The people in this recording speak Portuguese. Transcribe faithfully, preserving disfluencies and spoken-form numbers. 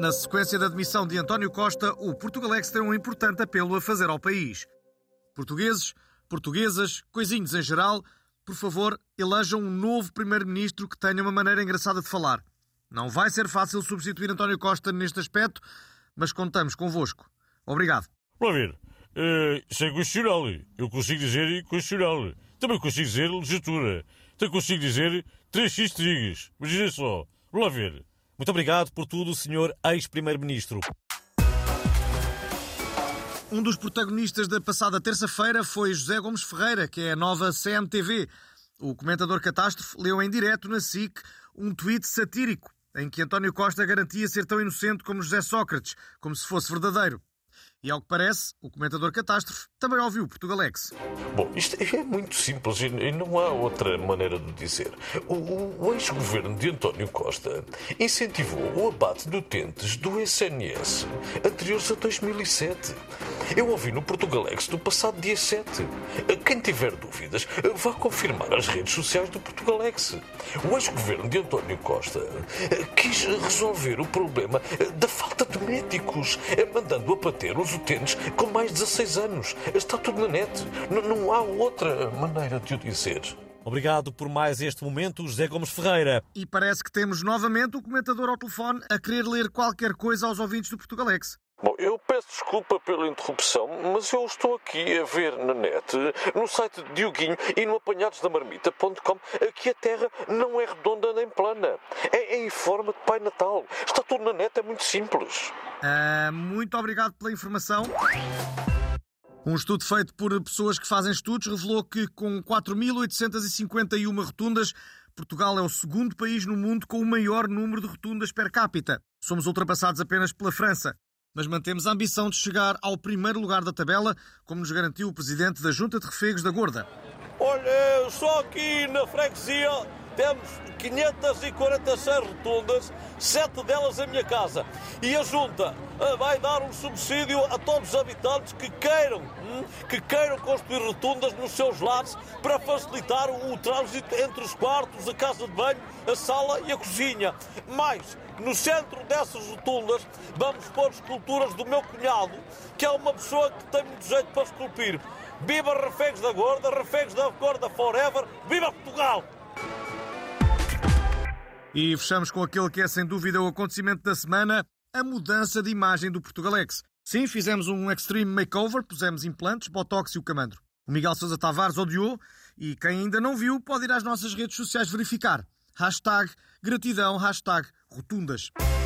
Na sequência da demissão de António Costa, o Portugalex tem um importante apelo a fazer ao país. Portugueses, portuguesas, coisinhos em geral, por favor, elejam um novo primeiro-ministro que tenha uma maneira engraçada de falar. Não vai ser fácil substituir António Costa neste aspecto, mas contamos convosco. Obrigado. Vamos ver. Uh, isso é constitucional. Eu consigo dizer constitucional. Também consigo dizer legislatura. Também consigo dizer três x trigas. Imaginem só. Vamos lá ver. Muito obrigado por tudo, senhor ex-primeiro-ministro. Um dos protagonistas da passada terça-feira foi José Gomes Ferreira, que é a nova C M T V. O comentador catástrofe leu em direto na S I C um tweet satírico em que António Costa garantia ser tão inocente como José Sócrates, como se fosse verdadeiro. E, ao que parece, o comentador catástrofe também ouviu Portugalex. Bom, isto é muito simples e não há outra maneira de dizer. O, o, o ex-governo de António Costa incentivou o abate de utentes do S N S anteriores a dois mil e sete. Eu ouvi no Portugalex do passado dia sete. Quem tiver dúvidas, vá confirmar as redes sociais do Portugalex. O ex-governo de António Costa quis resolver o problema da falta de médicos, mandando abater os utentes com mais de dezasseis anos. Está tudo na net. N- não há outra maneira de o dizer. Obrigado por mais este momento, José Gomes Ferreira. E parece que temos novamente o comentador ao telefone a querer ler qualquer coisa aos ouvintes do Portugalex. Bom, eu peço desculpa pela interrupção, mas eu estou aqui a ver na net, no site de Dioguinho e no apanhados da marmita ponto com, que a Terra não é redonda nem plana. É, é em forma de Pai Natal. Está tudo na net, é muito simples. Uh, muito obrigado pela informação. Um estudo feito por pessoas que fazem estudos revelou que, com quatro mil oitocentas e cinquenta e uma rotundas, Portugal é o segundo país no mundo com o maior número de rotundas per capita. Somos ultrapassados apenas pela França. Mas mantemos a ambição de chegar ao primeiro lugar da tabela, como nos garantiu o presidente da Junta de Refegos da Gorda. Olha, só aqui na freguesia temos quinhentas e quarenta e seis rotundas, sete delas em minha casa. E a Junta vai dar um subsídio a todos os habitantes que queiram, hum, que queiram construir rotundas nos seus lares para facilitar o, o trânsito entre os quartos, a casa de banho, a sala e a cozinha. Mais, no centro dessas rotundas vamos pôr esculturas do meu cunhado, que é uma pessoa que tem muito jeito para esculpir. Viva Refegos da Gorda, Refegos da Gorda Forever, viva Portugal! E fechamos com aquele que é sem dúvida o acontecimento da semana, a mudança de imagem do Portugalex. Sim, fizemos um extreme makeover, pusemos implantes, botox e o camandro. O Miguel Sousa Tavares odiou e quem ainda não viu pode ir às nossas redes sociais verificar. Hashtag gratidão, hashtag rotundas.